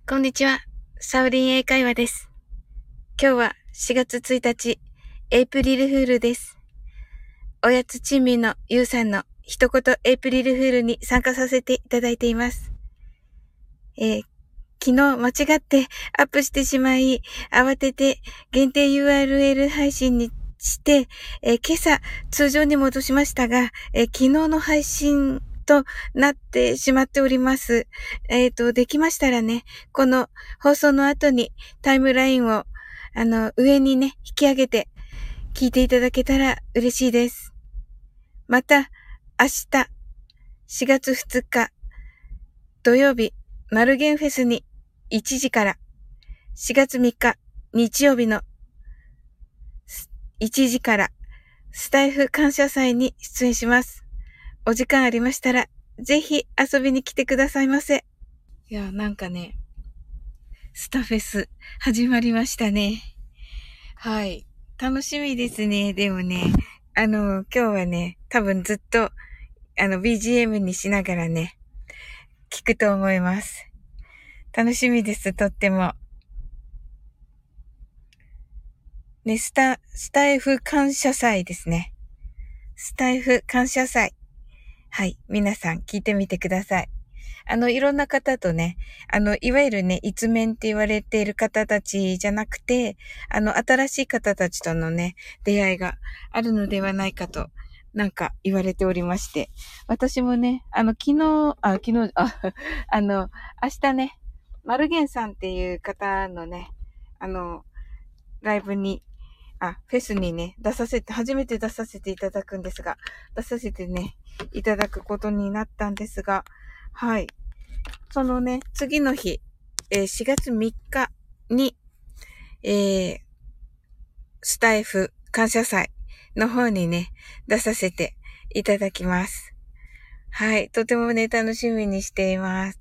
こんにちは。サウリン英会話です。今日は4月1日、エイプリルフールです。おやつ珍味のゆうさんの一言エイプリルフールに参加させていただいています。昨日間違ってアップしてしまい、慌てて限定 URL 配信にして、今朝通常に戻しましたが、昨日の配信となってしまっております。できましたらね、この放送の後にタイムラインを、上にね、引き上げて聞いていただけたら嬉しいです。また、明日、4月2日、土曜日、マルゲンフェスに1時から、4月3日、日曜日の1時から、スタイフ感謝祭に出演します。お時間ありましたら、ぜひ遊びに来てくださいませ。いや、なんかね、スタフェス始まりましたね。はい。楽しみですね。でもね、今日はね、多分ずっと、BGM にしながらね、聞くと思います。楽しみです、とっても。ね、スタイフ感謝祭ですね。スタイフ感謝祭。はい。皆さん聞いてみてください。いろんな方とね、いわゆるね、一面って言われている方たちじゃなくて、新しい方たちとのね、出会いがあるのではないかと、なんか言われておりまして。私もね、明日ね、マルゲンさんっていう方のね、ライブに、フェスにね、初めて出させていただくんですが、出させてね、いただくことになったんですが、はい。そのね、次の日、4月3日に、スタイフ感謝祭の方にね、出させていただきます。はい。とてもね、楽しみにしています。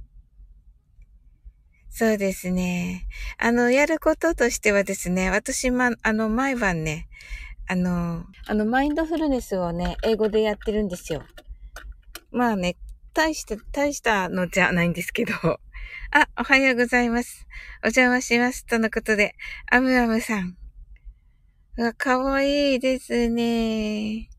そうですね。やることとしてはですね、私、毎晩ね、マインドフルネスをね、英語でやってるんですよ。まあね、大したのじゃないんですけど。おはようございます。お邪魔します。とのことで、アムアムさん。かわいいですね。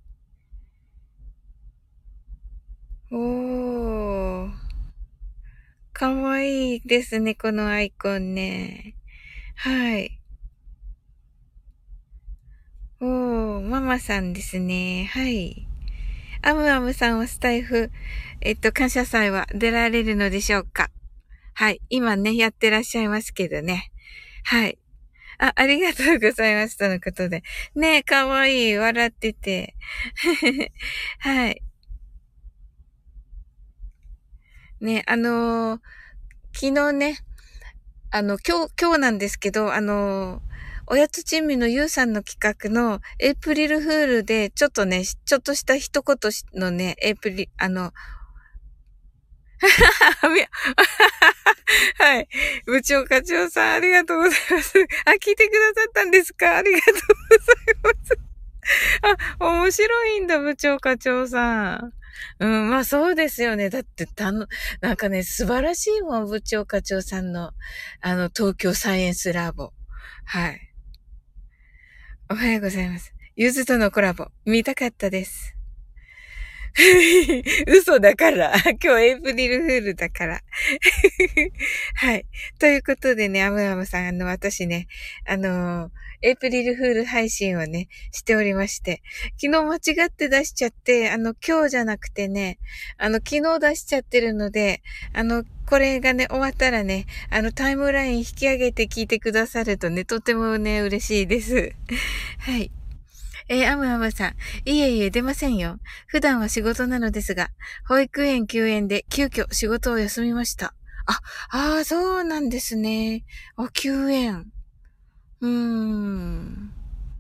おー。かわいいですね、このアイコンね。はい。ママさんですね。はい。アムアムさんはスタイフ、感謝祭は出られるのでしょうか？はい。今ね、やってらっしゃいますけどね。はい。ありがとうございます。とのことで。ねえ、かわいい。笑ってて。はい。ね、昨日ね、今日なんですけど、おやつ珍味のゆうさんの企画のエイプリルフールで、ちょっととした一言のね、はい。部長課長さん、ありがとうございます。聞いてくださったんですか？ありがとうございます。面白いんだ、部長課長さん。うん、まあそうですよね。だってなんかね、素晴らしいもん、部長課長さんの、東京サイエンスラボ。はい。おはようございます。ゆずとのコラボ、見たかったです。嘘だから。今日エイプリルフールだから。はい。ということでね、アムアムさん、私ね、エイプリルフール配信をね、しておりまして、昨日間違って出しちゃって、今日じゃなくてね、昨日出しちゃってるので、これがね、終わったらね、タイムライン引き上げて聞いてくださるとね、とてもね、嬉しいです。はい。アムアムさん。いえいえ、出ませんよ。普段は仕事なのですが、保育園休園で急遽仕事を休みました。そうなんですね。休園。うーん。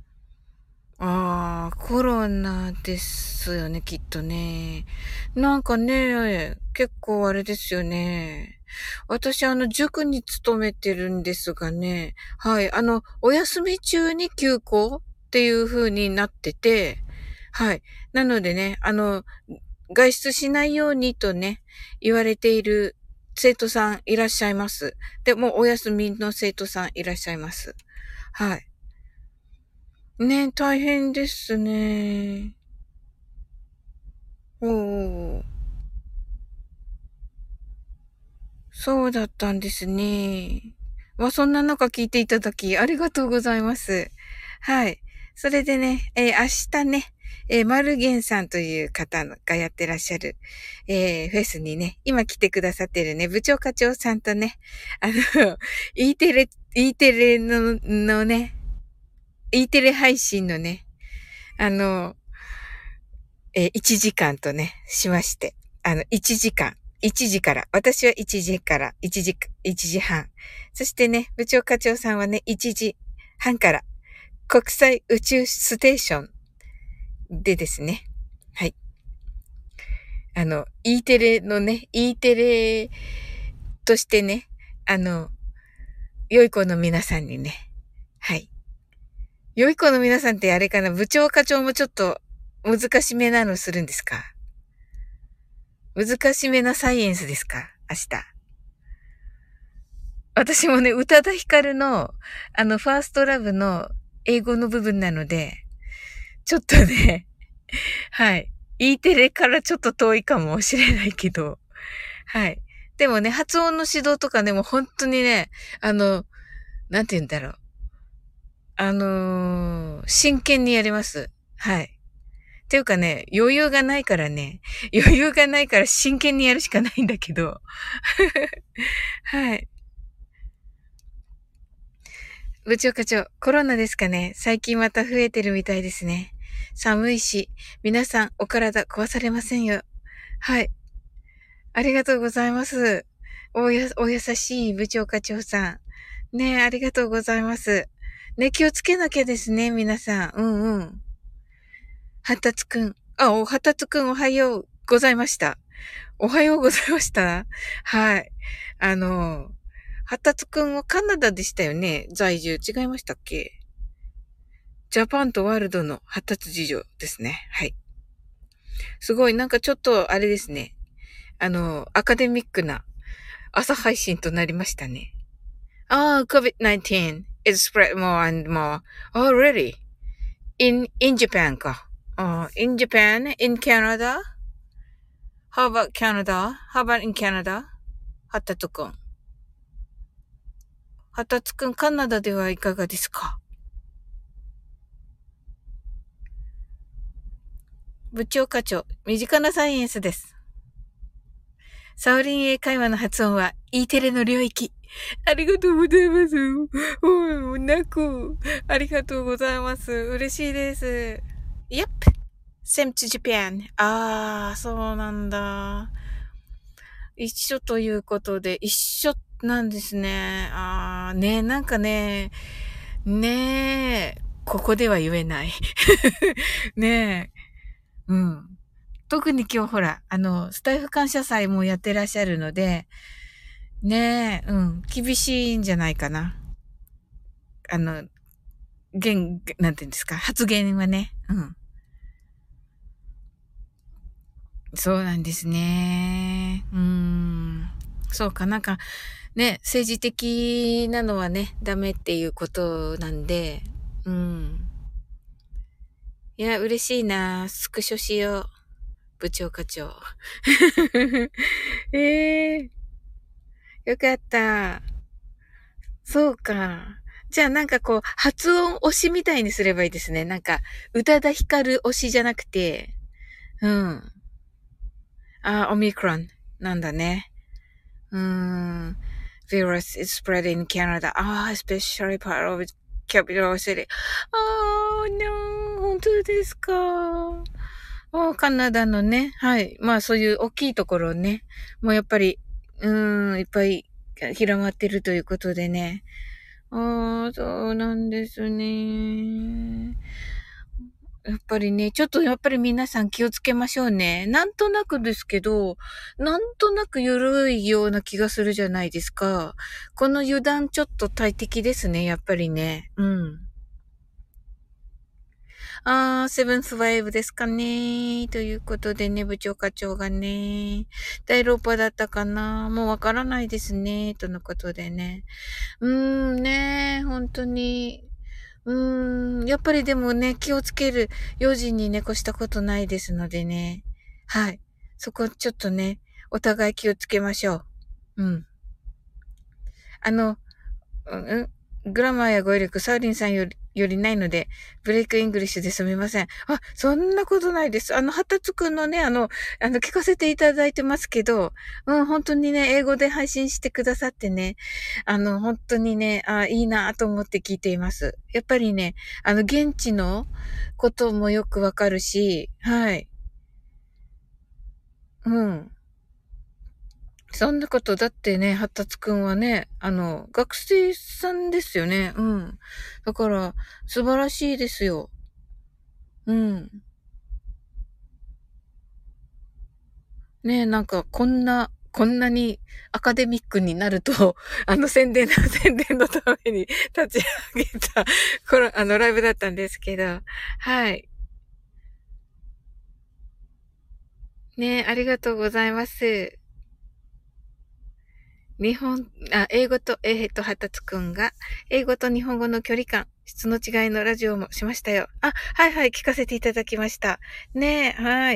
コロナですよね、きっとね。なんかね、結構あれですよね。私、塾に勤めてるんですがね。はい。お休み中に休校っていう風になってて、はい。なのでね、外出しないようにとね、言われている生徒さんいらっしゃいます。で、もうお休みの生徒さんいらっしゃいます。はい。ね、大変ですね。おー。そうだったんですね。そんな中聞いていただき、ありがとうございます。はい。それでね、明日ね、マルゲンさんという方がやってらっしゃる、フェスにね、今来てくださってるね、部長課長さんとね、E テレのね、E テレ配信のね、あの、1時間とね、しまして、1時間、1時から、私は1時から、1時半。そしてね、部長課長さんはね、1時半から、国際宇宙ステーションでですね、はい。E テレのね、E テレとしてね、良い子の皆さんにね、はい。良い子の皆さんってあれかな、部長課長もちょっと難しめなのするんですか？難しめなサイエンスですか？明日。私もね、宇多田ヒカルの、ファーストラブの英語の部分なので、ちょっとね、はい。E テレからちょっと遠いかもしれないけど、はい。でもね、発音の指導とかね、もう本当にね、なんて言うんだろう。真剣にやります。はい。っていうかね、余裕がないからね、余裕がないから真剣にやるしかないんだけど、はい。部長課長、コロナですかね？最近また増えてるみたいですね。寒いし、皆さんお体壊されませんよ。はい。ありがとうございます。お優しい部長課長さん。ねえ、ありがとうございます。ね、気をつけなきゃですね、皆さん。うんうん。はたつくん。はたつくんおはようございました。おはようございました。はい。はたつくんはカナダでしたよね。在住。違いましたっけ？ジャパンとワールドの発達事情ですね。はい。すごい、なんかちょっと、あれですね。アカデミックな朝配信となりましたね。COVID-19 is spread more and more. Oh, really? In Japan か。in Japan? In Canada? How about Canada? How about in Canada? はたつくん。はたつくん、カナダではいかがですか？部長課長、身近なサイエンスです。サオリン英会話の発音は E テレの領域。ありがとうございます。なく。ありがとうございます。嬉しいです。Yep. Same to Japan. そうなんだ。一緒ということで、一緒なんですね。ね、なんかね、ねえ、ここでは言えない。ねえ、うん。特に今日ほら、スタイフ感謝祭もやってらっしゃるので、ねえ、うん、厳しいんじゃないかな。あの、なんていうんですか、発言はね。うん。そうなんですね。そうかなんか、ね、政治的なのはね、ダメっていうことなんで、うん。いや、嬉しいな。スクショしよう。部長課長。ええよかった。そうか。じゃあなんかこう、発音推しみたいにすればいいですね。なんか、宇多田ヒカル推しじゃなくて、うん。オミクロンなんだね。virus is spread in Canada. Especially part of capital city. No, 本当ですか。カナダのね、はい。まあそういう大きいところね、もうやっぱり、いっぱい広まってるということでね。そうなんですね。やっぱりね、ちょっとやっぱり皆さん気をつけましょうね。なんとなくですけど、なんとなく緩いような気がするじゃないですか。この油断ちょっと大敵ですね、やっぱりね。うん。 セブンスファイブですかね。ということでね、部長課長がね、第6波だったかな。もうわからないですね。とのことでね。ね、本当に。やっぱりでもね、気をつける用心にね、越したことないですのでね。はい。そこちょっとね、お互い気をつけましょう。うん。あの、グラマーや語彙力、サウリンさんよりないので、ブレイクイングリッシュですみません。あ、そんなことないです。ハタツくんのね、聞かせていただいてますけど、本当にね、英語で配信してくださってね、本当にね、いいなと思って聞いています。やっぱりね、現地のこともよくわかるし、はい。うん。そんなこと、だってね、発達くんはね、学生さんですよね。うん。だから、素晴らしいですよ。うん。ね、なんか、こんなにアカデミックになると、宣伝のために立ち上げた、ライブだったんですけど、はい。ね、ありがとうございます。英語と、はたつくんが、英語と日本語の距離感、質の違いのラジオもしましたよ。はいはい、聞かせていただきました。ねえ、はい。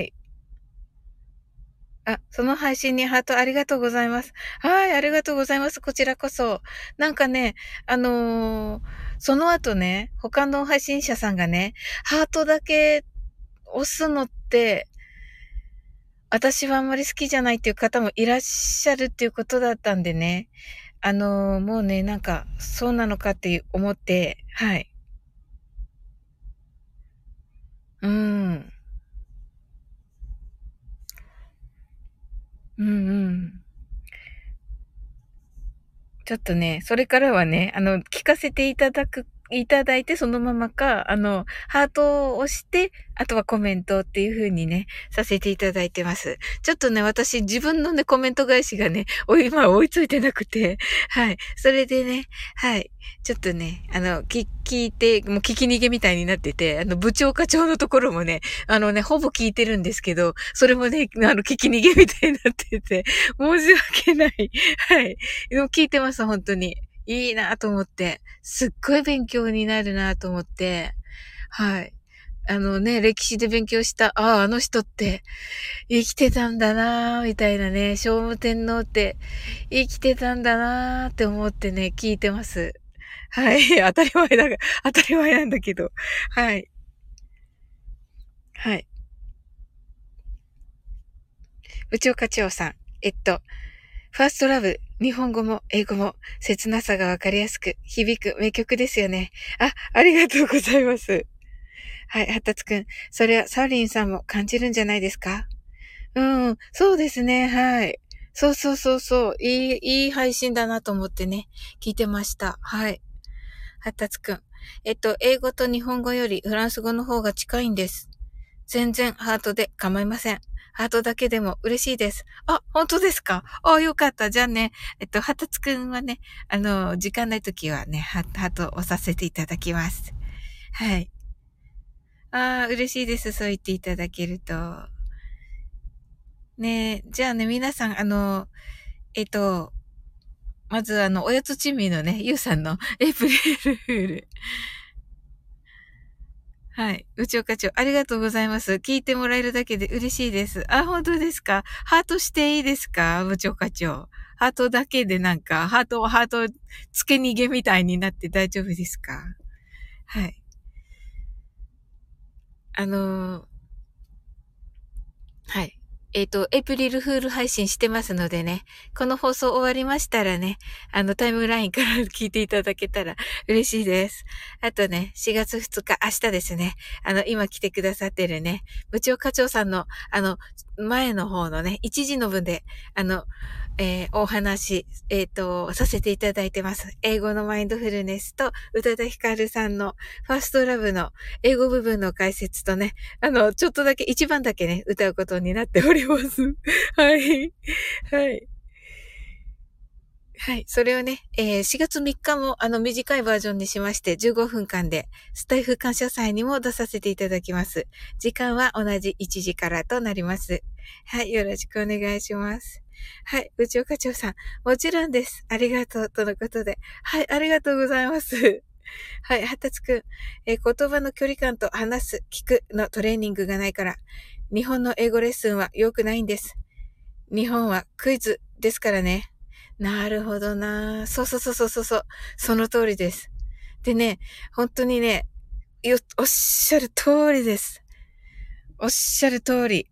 その配信にハートありがとうございます。はい、ありがとうございます。こちらこそ。なんかね、その後ね、他の配信者さんがね、ハートだけ押すのって、私はあんまり好きじゃないっていう方もいらっしゃるっていうことだったんでね。もうね、なんか、そうなのかって思って、はい。うん。うんうん。ちょっとね、それからはね、聞かせていただいて、そのままか、ハートを押して、あとはコメントっていう風にね、させていただいてます。ちょっとね、私、自分のね、コメント返しがね、今追いついてなくて、はい。それでね、はい。ちょっとね、聞いて、もう聞き逃げみたいになってて、部長課長のところもね、ほぼ聞いてるんですけど、それもね、聞き逃げみたいになってて、申し訳ない。はい。でも聞いてます、本当に。いいなと思って。すっごい勉強になるなと思って。はい。歴史で勉強した、あの人って生きてたんだなみたいなね、聖武天皇って生きてたんだなって思ってね、聞いてます。はい。当たり前なんだけど。はい。はい。部長課長さん。ファーストラブ、日本語も英語も切なさがわかりやすく響く名曲ですよね。ありがとうございます。はい、はったつくん。それはサウリンさんも感じるんじゃないですか？そうですね、はい。そうそうそうそう。いい配信だなと思ってね、聞いてました。はい。はったつくん。英語と日本語よりフランス語の方が近いんです。全然ハートで構いません。ハートだけでも嬉しいです。本当ですか？よかった。じゃあね、はたつくんはね、時間ないときはね、ハートを押させていただきます。はい。嬉しいです。そう言っていただけると。ねじゃあね、皆さん、えっと、まずおやつチミのね、ゆうさんのエイプリルフール。はい。部長課長、ありがとうございます。聞いてもらえるだけで嬉しいです。本当ですか？ハートしていいですか？部長課長。ハートだけでなんか、ハート、付け逃げみたいになって大丈夫ですか？はい。はい。エイプリルフール配信してますのでね、この放送終わりましたらね、タイムラインから聞いていただけたら嬉しいです。あとね、4月2日、明日ですね、今来てくださってるね、部長課長さんの、前の方のね、1時の分で、お話、させていただいてます。英語のマインドフルネスと、宇多田ヒカルさんのファーストラブの英語部分の解説とね、ちょっとだけ、一番だけね、歌うことになっております。はい。はい。 はい。それをね、4月3日も短いバージョンにしまして、15分間で、スタイフ感謝祭にも出させていただきます。時間は同じ1時からとなります。はい。よろしくお願いします。はい。部長課長さん、もちろんです。ありがとう。とのことで。はい。ありがとうございます。はい。はたつくん、言葉の距離感と話す、聞くのトレーニングがないから、日本の英語レッスンは良くないんです。日本はクイズですからね。なるほどな。そうそうそうそうそう。その通りです。でね、本当にね、おっしゃる通りです。おっしゃる通り。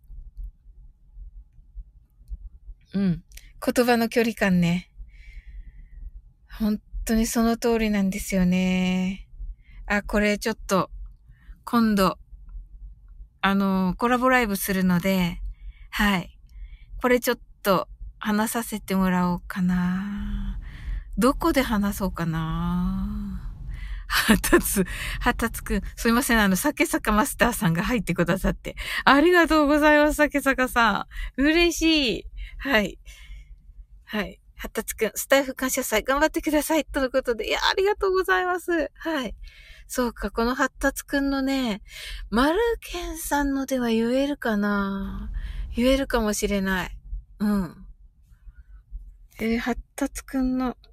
うん。言葉の距離感ね。本当にその通りなんですよね。あ、これちょっと、今度、コラボライブするので、はい。これちょっと話させてもらおうかな。どこで話そうかな。はたつくん。すいません。酒坂マスターさんが入ってくださって。ありがとうございます、酒坂さん。嬉しい。はい。はい。はたつくん、スタイフ感謝祭頑張ってください。とのことで。いや、ありがとうございます。はい。そうか、このはったつくんのね、マルケンさんのでは言えるかな？言えるかもしれない。うん。はったつくんの、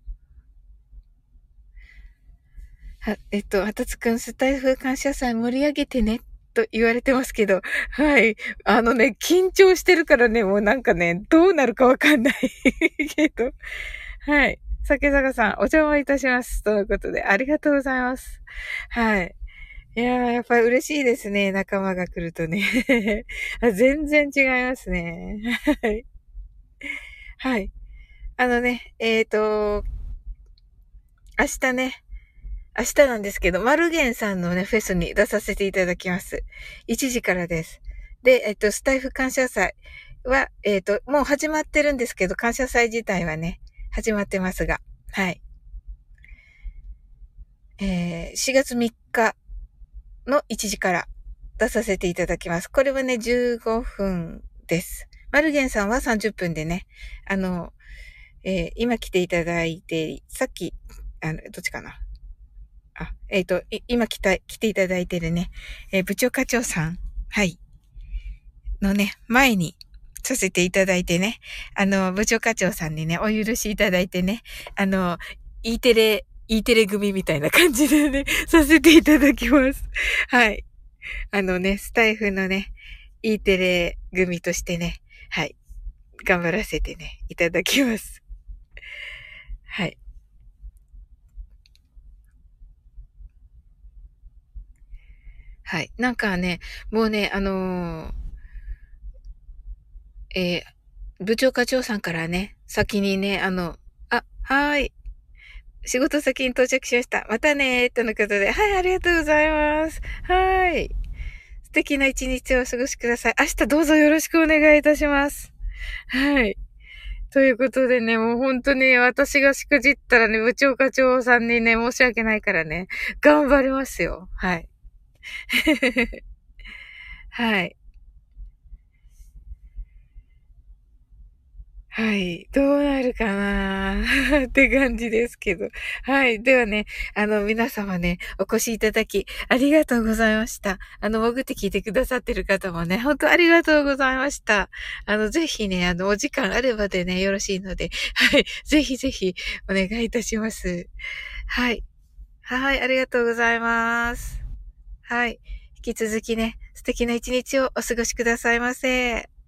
はたつくんスタイフ感謝祭盛り上げてね、と言われてますけど、はい。緊張してるからね、もうなんかね、どうなるかわかんないけど、はい。酒坂さん、お邪魔いたします。とのことで、ありがとうございます。はい。いやー、やっぱり嬉しいですね。仲間が来るとね。全然違いますね。はい。はい。明日ね、明日なんですけど、マルゲンさんのね、フェスに出させていただきます。1時からです。で、スタイフ感謝祭は、もう始まってるんですけど、感謝祭自体はね、始まってますが、はい。4月3日の1時から出させていただきます。これはね、15分です。マルゲンさんは30分でね、今来ていただいて、さっき、どっちかな。今来ていただいてるね、部長課長さん、はい、のね、前にさせていただいてね、部長課長さんにね、お許しいただいてね、E テレ組みたいな感じでね、させていただきます。はい。スタイフのね、E テレ組としてね、はい、頑張らせてね、いただきます。はい。はい。なんかね、もうね、え部長課長さんからね、先にね、はーい。仕事先に到着しました。またねー、とのことで。はい、ありがとうございます。はーい。素敵な一日をお過ごしください。明日どうぞよろしくお願いいたします。はい。ということでね、もう本当に私がしくじったらね、部長課長さんにね、申し訳ないからね、頑張りますよ。はい。はい。はい。どうなるかなって感じですけど。はい。ではね、皆様ね、お越しいただき、ありがとうございました。潜って聞いてくださってる方もね、本当ありがとうございました。ぜひね、お時間あればでね、よろしいので、はい。ぜひぜひ、お願いいたします。はい。はい。ありがとうございます。はい。引き続きね、素敵な一日をお過ごしくださいませ。